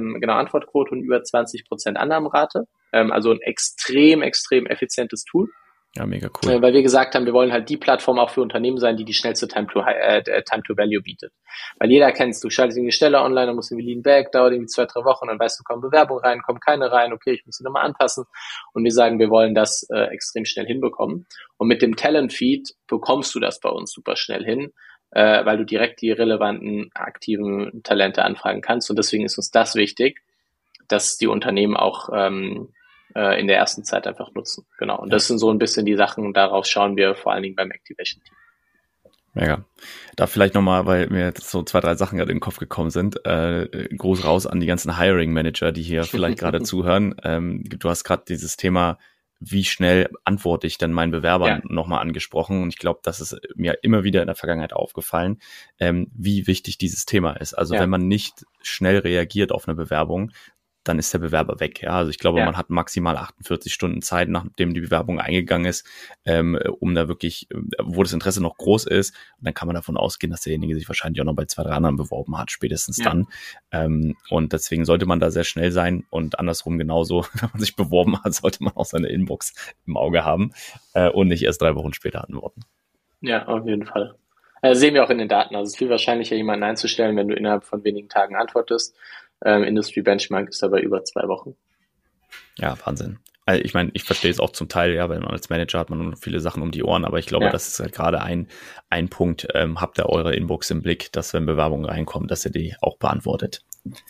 20% Annahmerate. Also ein extrem, extrem effizientes Tool. Ja, mega cool. Weil wir gesagt haben, wir wollen halt die Plattform auch für Unternehmen sein, die schnellste Time to Value bietet. Weil jeder kennt es, du schaltest eine Stelle online, dann musst du irgendwie lean back, dauert irgendwie 2-3 Wochen, dann weißt du, kommen Bewerbungen rein, kommen keine rein, okay, ich muss sie nochmal anpassen. Und wir sagen, wir wollen das extrem schnell hinbekommen. Und mit dem Talent Feed bekommst du das bei uns super schnell hin, weil du direkt die relevanten, aktiven Talente anfragen kannst. Und deswegen ist uns das wichtig, dass die Unternehmen auch in der ersten Zeit einfach nutzen. Genau. Und das sind so ein bisschen die Sachen, darauf schauen wir vor allen Dingen beim Activation Team. Mega. Da vielleicht nochmal, weil mir jetzt so 2, 3 Sachen gerade in den Kopf gekommen sind, groß raus an die ganzen Hiring Manager, die hier vielleicht gerade zuhören. Du hast gerade dieses Thema, wie schnell antworte ich denn meinen Bewerbern, nochmal angesprochen. Und ich glaube, das ist mir immer wieder in der Vergangenheit aufgefallen, wie wichtig dieses Thema ist. Also wenn man nicht schnell reagiert auf eine Bewerbung, dann ist der Bewerber weg. Ja, also ich glaube, man hat maximal 48 Stunden Zeit, nachdem die Bewerbung eingegangen ist, um da wirklich, wo das Interesse noch groß ist. Und dann kann man davon ausgehen, dass derjenige sich wahrscheinlich auch noch bei 2, 3 anderen beworben hat, spätestens dann. Und deswegen sollte man da sehr schnell sein und andersrum genauso, wenn man sich beworben hat, sollte man auch seine Inbox im Auge haben und nicht erst 3 Wochen später antworten. Ja, auf jeden Fall. Sehen wir auch in den Daten. Also es ist viel wahrscheinlicher, jemanden einzustellen, wenn du innerhalb von wenigen Tagen antwortest. Industry Benchmark ist dabei über 2 Wochen. Ja, Wahnsinn. Also ich meine, ich verstehe es auch zum Teil, ja, weil man als Manager hat man viele Sachen um die Ohren, aber ich glaube, das ist halt gerade ein Punkt, habt ihr eure Inbox im Blick, dass wenn Bewerbungen reinkommen, dass ihr die auch beantwortet.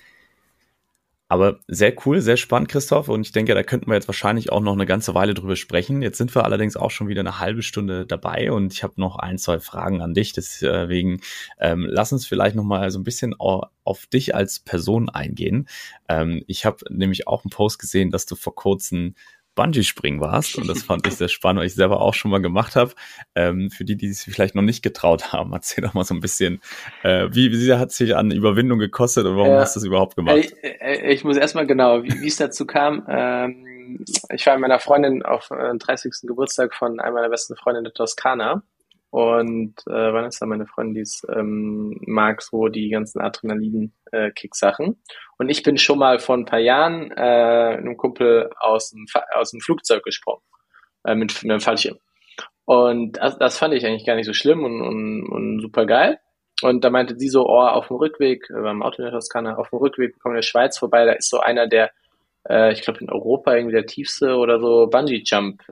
Aber sehr cool, sehr spannend, Christoph. Und ich denke, da könnten wir jetzt wahrscheinlich auch noch eine ganze Weile drüber sprechen. Jetzt sind wir allerdings auch schon wieder eine halbe Stunde dabei und ich habe noch 1, 2 Fragen an dich. Deswegen lass uns vielleicht noch mal so ein bisschen auf dich als Person eingehen. Ich habe nämlich auch einen Post gesehen, dass du vor kurzem Bungee-Springen warst. Und das fand ich sehr spannend, weil ich selber auch schon mal gemacht habe. Für die es vielleicht noch nicht getraut haben, erzähl doch mal so ein bisschen, wie sehr hat es sich an Überwindung gekostet und warum hast du es überhaupt gemacht? Ich muss erstmal genau, wie es dazu kam. Ich war mit meiner Freundin auf den 30. Geburtstag von einer meiner besten Freunde in der Toskana. Und Vanessa, meine Freundin, die mag so die ganzen Adrenalin-Kick-Sachen. Und ich bin schon mal vor ein paar Jahren mit einem Kumpel aus dem Flugzeug gesprungen, mit einem Fallschirm. Und das fand ich eigentlich gar nicht so schlimm und super geil. Und da meinte sie so, auf dem Rückweg, beim Auto in der Toskana, auf dem Rückweg kommen wir in der Schweiz vorbei, da ist so einer der, ich glaube in Europa irgendwie der tiefste oder so Bungee-Jump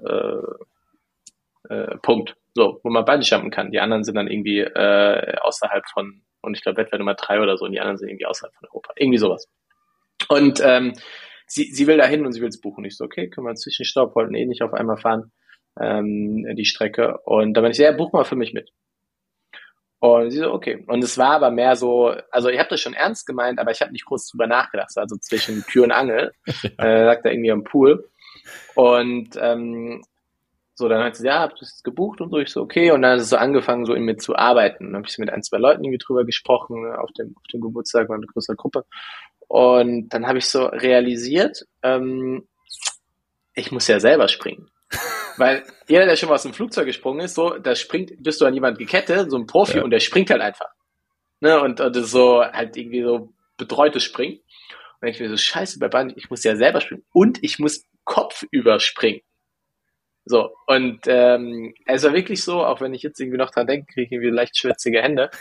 Punkt. So, wo man Bungee-Jumpen kann. Die anderen sind dann irgendwie außerhalb von, und ich glaube Wettbewerb Nummer 3 oder so, und die anderen sind irgendwie außerhalb von Europa. Irgendwie sowas. Und sie will da hin und sie will es buchen. Ich so, okay, können wir einen Zwischenstopp, wollten nicht auf einmal fahren, die Strecke. Und da meinte ich, ja, buch mal für mich mit. Und sie so, okay. Und es war aber mehr so, also ich habe das schon ernst gemeint, aber ich habe nicht groß drüber nachgedacht. Also zwischen Tür und Angel, sagt er irgendwie am Pool. Und so, dann hat sie, ja, habt ihr das gebucht und so, ich so, okay, und dann hat es so angefangen, so in mir zu arbeiten. Dann habe ich so mit 1, 2 Leuten irgendwie drüber gesprochen, auf dem Geburtstag, war eine größere Gruppe. Und dann habe ich so realisiert, ich muss ja selber springen. Weil jeder, der schon mal aus dem Flugzeug gesprungen ist, so, bist du an jemand gekettet, so ein Profi, und der springt halt einfach. Ne, und das ist so, halt irgendwie so betreutes Springen. Und ich mir so, scheiße, bei Bungee, ich muss ja selber springen. Und ich muss kopfüber springen. So, und es war wirklich so, auch wenn ich jetzt irgendwie noch dran denke, kriege ich irgendwie leicht schwitzige Hände,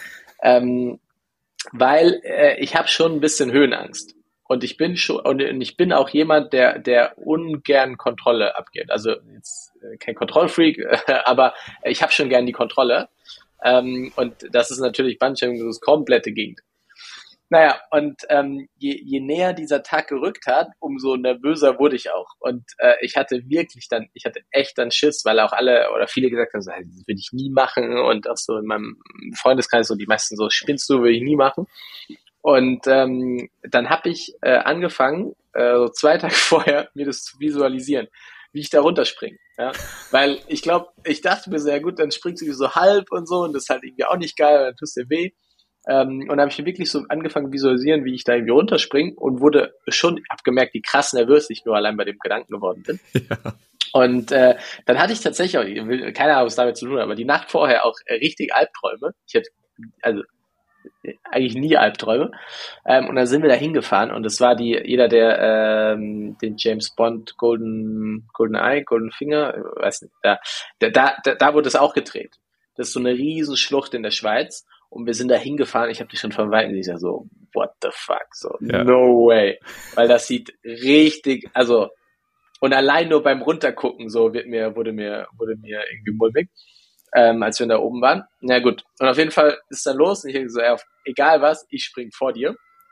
weil ich habe schon ein bisschen Höhenangst. Und ich bin auch jemand, der ungern Kontrolle abgibt. Also jetzt kein Kontrollfreak, aber ich habe schon gern die Kontrolle. Und das ist natürlich Bungee das komplette Gegenteil. Naja, und je näher dieser Tag gerückt hat, umso nervöser wurde ich auch. Und ich hatte echt dann Schiss, weil auch alle oder viele gesagt haben, so, das würde ich nie machen. Und auch so in meinem Freundeskreis, so die meisten so, spinnst du, würde ich nie machen. Und dann habe ich angefangen, so 2 Tage vorher, mir das zu visualisieren, wie ich da runterspringe. Ja? Weil ich dachte mir so, ja gut, dann springst du so halb und so und das ist halt irgendwie auch nicht geil, dann tust dir weh. Und dann habe ich mir wirklich so angefangen visualisieren, wie ich da irgendwie runterspringe und hab gemerkt, wie krass nervös ich nur allein bei dem Gedanken geworden bin. Ja. Und dann hatte ich tatsächlich auch, keine Ahnung, was damit zu tun hat, aber die Nacht vorher auch richtig Albträume. Ich hatte eigentlich nie Albträume. Und dann sind wir da hingefahren und es war jeder, der den James Bond Golden Finger, weiß nicht, da wurde es auch gedreht. Das ist so eine riesen Schlucht in der Schweiz. Und wir sind da hingefahren, ich habe die schon von Weitem gesehen, so, what the fuck, so, ja. No way. Weil das sieht richtig, also, und allein nur beim Runtergucken, so, wurde mir irgendwie mulmig, als wir da oben waren. Na gut, und auf jeden Fall ist dann los, und ich denke so, egal was, ich spring vor dir.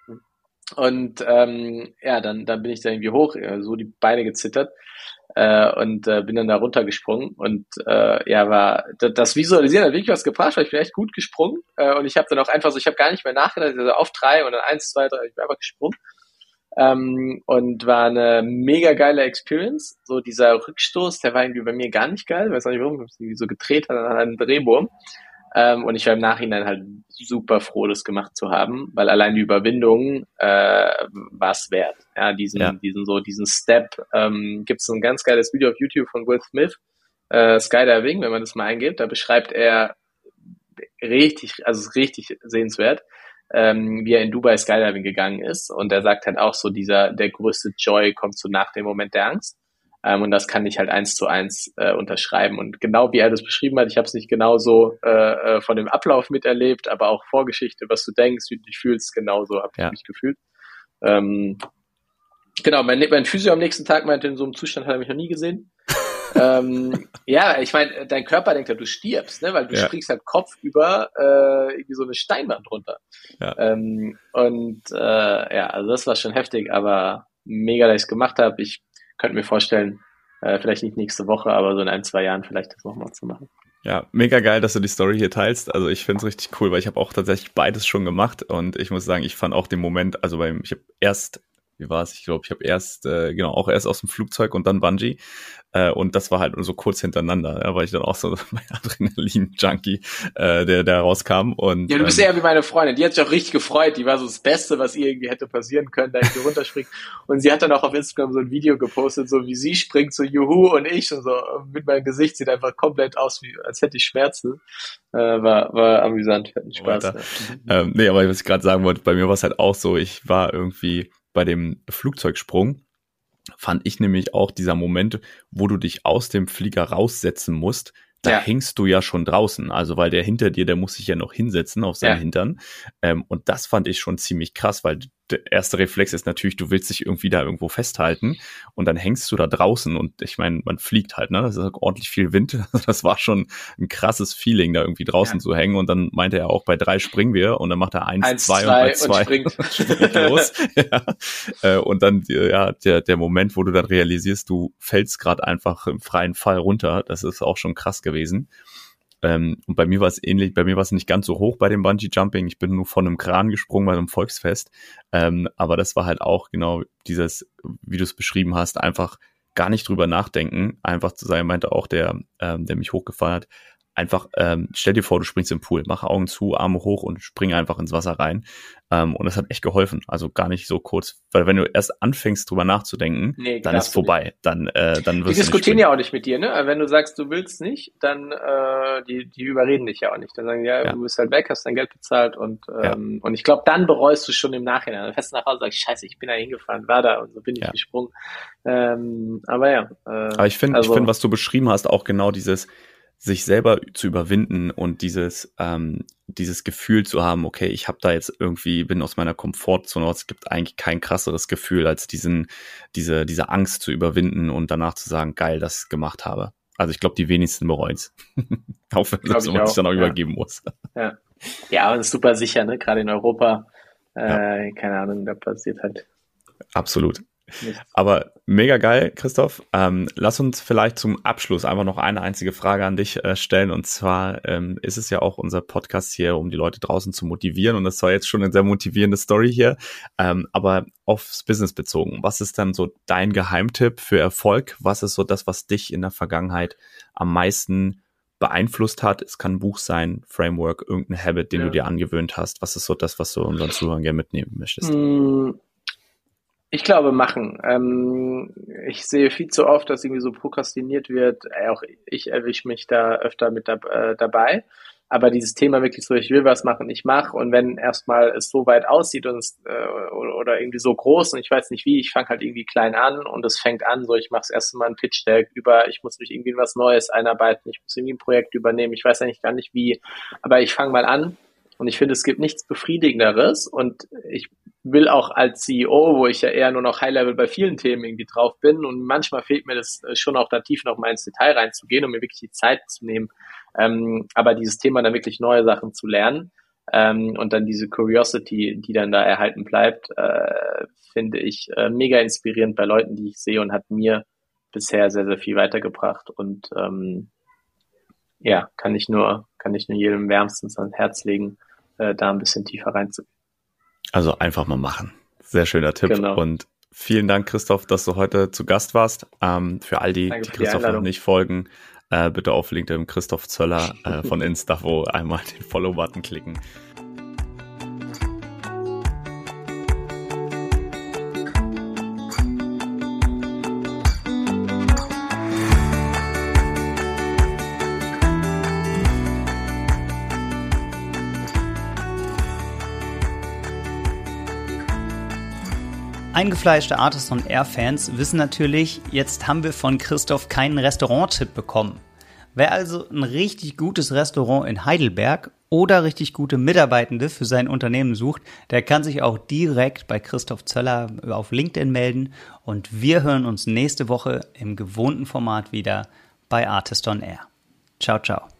Und dann bin ich da irgendwie hoch, so die Beine gezittert. Und bin dann da runtergesprungen und war das Visualisieren hat wirklich was gebracht, weil ich bin echt gut gesprungen und ich habe dann auch einfach so, ich habe gar nicht mehr nachgedacht, also auf 3 und dann 1, 2, 3, ich bin einfach gesprungen und war eine mega geile Experience. So dieser Rückstoß, der war irgendwie bei mir gar nicht geil, weiß auch nicht warum, ich irgendwie so gedreht hat an einem Drehwurm. Und ich war im Nachhinein halt super froh, das gemacht zu haben, weil allein die Überwindung war es wert. Ja, diesen Step. Gibt es ein ganz geiles Video auf YouTube von Will Smith, Skydiving, wenn man das mal eingibt. Da beschreibt er richtig sehenswert, wie er in Dubai Skydiving gegangen ist. Und er sagt halt auch so, der größte Joy kommt so nach dem Moment der Angst. Und das kann ich halt 1:1 unterschreiben. Und genau wie er das beschrieben hat, ich habe es nicht genauso von dem Ablauf miterlebt, aber auch Vorgeschichte, was du denkst, wie du dich fühlst, genauso habe ich mich gefühlt. Genau, mein Physio am nächsten Tag meinte, in so einem Zustand hat er mich noch nie gesehen. Ich meine, dein Körper denkt ja, du stirbst, ne? Weil du springst halt Kopf über irgendwie so eine Steinwand runter. Ja. Also das war schon heftig, aber mega, dass ich es gemacht habe. Ich könnte mir vorstellen, vielleicht nicht nächste Woche, aber so in 1, 2 Jahren vielleicht das nochmal zu machen. Ja, mega geil, dass du die Story hier teilst. Also ich finde es richtig cool, weil ich habe auch tatsächlich beides schon gemacht und ich muss sagen, ich fand auch den Moment, ich habe erst wie war es? Ich glaube, ich habe erst aus dem Flugzeug und dann Bungee. Und das war halt so kurz hintereinander, ja, weil ich dann auch so mein Adrenalin-Junkie, der rauskam. Und, ja, du bist eher wie meine Freundin, die hat sich auch richtig gefreut, die war so das Beste, was ihr irgendwie hätte passieren können, da ich so runterspringe. Und sie hat dann auch auf Instagram so ein Video gepostet, so wie sie springt, so juhu und ich und so mit meinem Gesicht sieht einfach komplett aus, wie als hätte ich Schmerzen. War amüsant, hatten Spaß. Ja. Nee, aber was ich gerade sagen wollte, bei mir war es halt auch so, ich war irgendwie bei dem Flugzeugsprung, fand ich nämlich auch dieser Moment, wo du dich aus dem Flieger raussetzen musst, da hängst du ja schon draußen, also weil der hinter dir, der muss sich ja noch hinsetzen auf seinen Hintern, und das fand ich schon ziemlich krass, weil der erste Reflex ist natürlich, du willst dich irgendwie da irgendwo festhalten und dann hängst du da draußen und ich meine, man fliegt halt, ne, das ist ordentlich viel Wind, das war schon ein krasses Feeling, da irgendwie draußen zu hängen und dann meinte er auch, bei 3 springen wir und dann macht er 1, 2 und bei 2 springt los. Und dann der Moment, wo du dann realisierst, du fällst gerade einfach im freien Fall runter, das ist auch schon krass gewesen. Und bei mir war es ähnlich, bei mir war es nicht ganz so hoch bei dem Bungee-Jumping, ich bin nur von einem Kran gesprungen bei einem Volksfest, aber das war halt auch genau dieses, wie du es beschrieben hast, einfach gar nicht drüber nachdenken, einfach zu sein, meinte auch der mich hochgefahren hat, einfach stell dir vor, du springst im Pool, mach Augen zu, Arme hoch und spring einfach ins Wasser rein. Und das hat echt geholfen, also gar nicht so kurz, weil wenn du erst anfängst drüber nachzudenken, dann ist vorbei, dann wirst du die diskutieren ja auch nicht mit dir, ne? Wenn du sagst, du willst nicht, dann die überreden dich ja auch nicht. Dann sagen die, du bist halt weg, hast dein Geld bezahlt und ich glaube, dann bereust du schon im Nachhinein. Dann fährst du nach Hause und sagst, scheiße, ich bin da hingefahren, war da und so bin ich gesprungen. Aber ich finde, was du beschrieben hast, auch genau dieses sich selber zu überwinden und dieses Gefühl zu haben, okay, ich habe da jetzt irgendwie, bin aus meiner Komfortzone, es gibt eigentlich kein krasseres Gefühl, als diese Angst zu überwinden und danach zu sagen, geil, dass ich gemacht habe. Also ich glaube, die wenigsten bereuen es. Auch wenn man sich dann auch übergeben muss. Ja, und ist super sicher, ne? Gerade in Europa, keine Ahnung, da passiert halt. Absolut. Aber mega geil, Christoph. Lass uns vielleicht zum Abschluss einfach noch eine einzige Frage an dich stellen. Und zwar ist es ja auch unser Podcast hier, um die Leute draußen zu motivieren. Und das war jetzt schon eine sehr motivierende Story hier. Aber aufs Business bezogen. Was ist dann so dein Geheimtipp für Erfolg? Was ist so das, was dich in der Vergangenheit am meisten beeinflusst hat? Es kann ein Buch sein, Framework, irgendein Habit, den du dir angewöhnt hast. Was ist so das, was du unseren Zuhörern gerne mitnehmen möchtest? Ich glaube, machen. Ich sehe viel zu oft, dass irgendwie so prokrastiniert wird. Auch ich erwische mich da öfter mit dabei. Aber dieses Thema wirklich so, ich will was machen, ich mache. Und wenn erstmal es so weit aussieht und oder irgendwie so groß und ich weiß nicht wie, ich fange halt irgendwie klein an und es fängt an, so ich mache das erste Mal einen Pitch-Deck ich muss mich irgendwie in was Neues einarbeiten, ich muss irgendwie ein Projekt übernehmen, ich weiß eigentlich gar nicht wie, aber ich fange mal an. Und ich finde, es gibt nichts Befriedigenderes und ich will auch als CEO, wo ich ja eher nur noch High-Level bei vielen Themen irgendwie drauf bin und manchmal fehlt mir das schon auch da tief noch mal ins Detail reinzugehen, um mir wirklich die Zeit zu nehmen, aber dieses Thema dann wirklich neue Sachen zu lernen und dann diese Curiosity, die dann da erhalten bleibt, finde ich mega inspirierend bei Leuten, die ich sehe und hat mir bisher sehr, sehr viel weitergebracht und kann ich nur jedem wärmstens ans Herz legen, da ein bisschen tiefer reinzugehen. Also einfach mal machen. Sehr schöner Tipp. Genau. Und vielen Dank, Christoph, dass du heute zu Gast warst. Für all die Christoph noch nicht folgen, bitte auf LinkedIn Christoph Zöller von Instafo einmal den Follow-Button klicken. Eingefleischte Artist on Air Fans wissen natürlich, jetzt haben wir von Christoph keinen Restaurant-Tipp bekommen. Wer also ein richtig gutes Restaurant in Heidelberg oder richtig gute Mitarbeitende für sein Unternehmen sucht, der kann sich auch direkt bei Christoph Zöller auf LinkedIn melden und wir hören uns nächste Woche im gewohnten Format wieder bei Artist on Air. Ciao, ciao.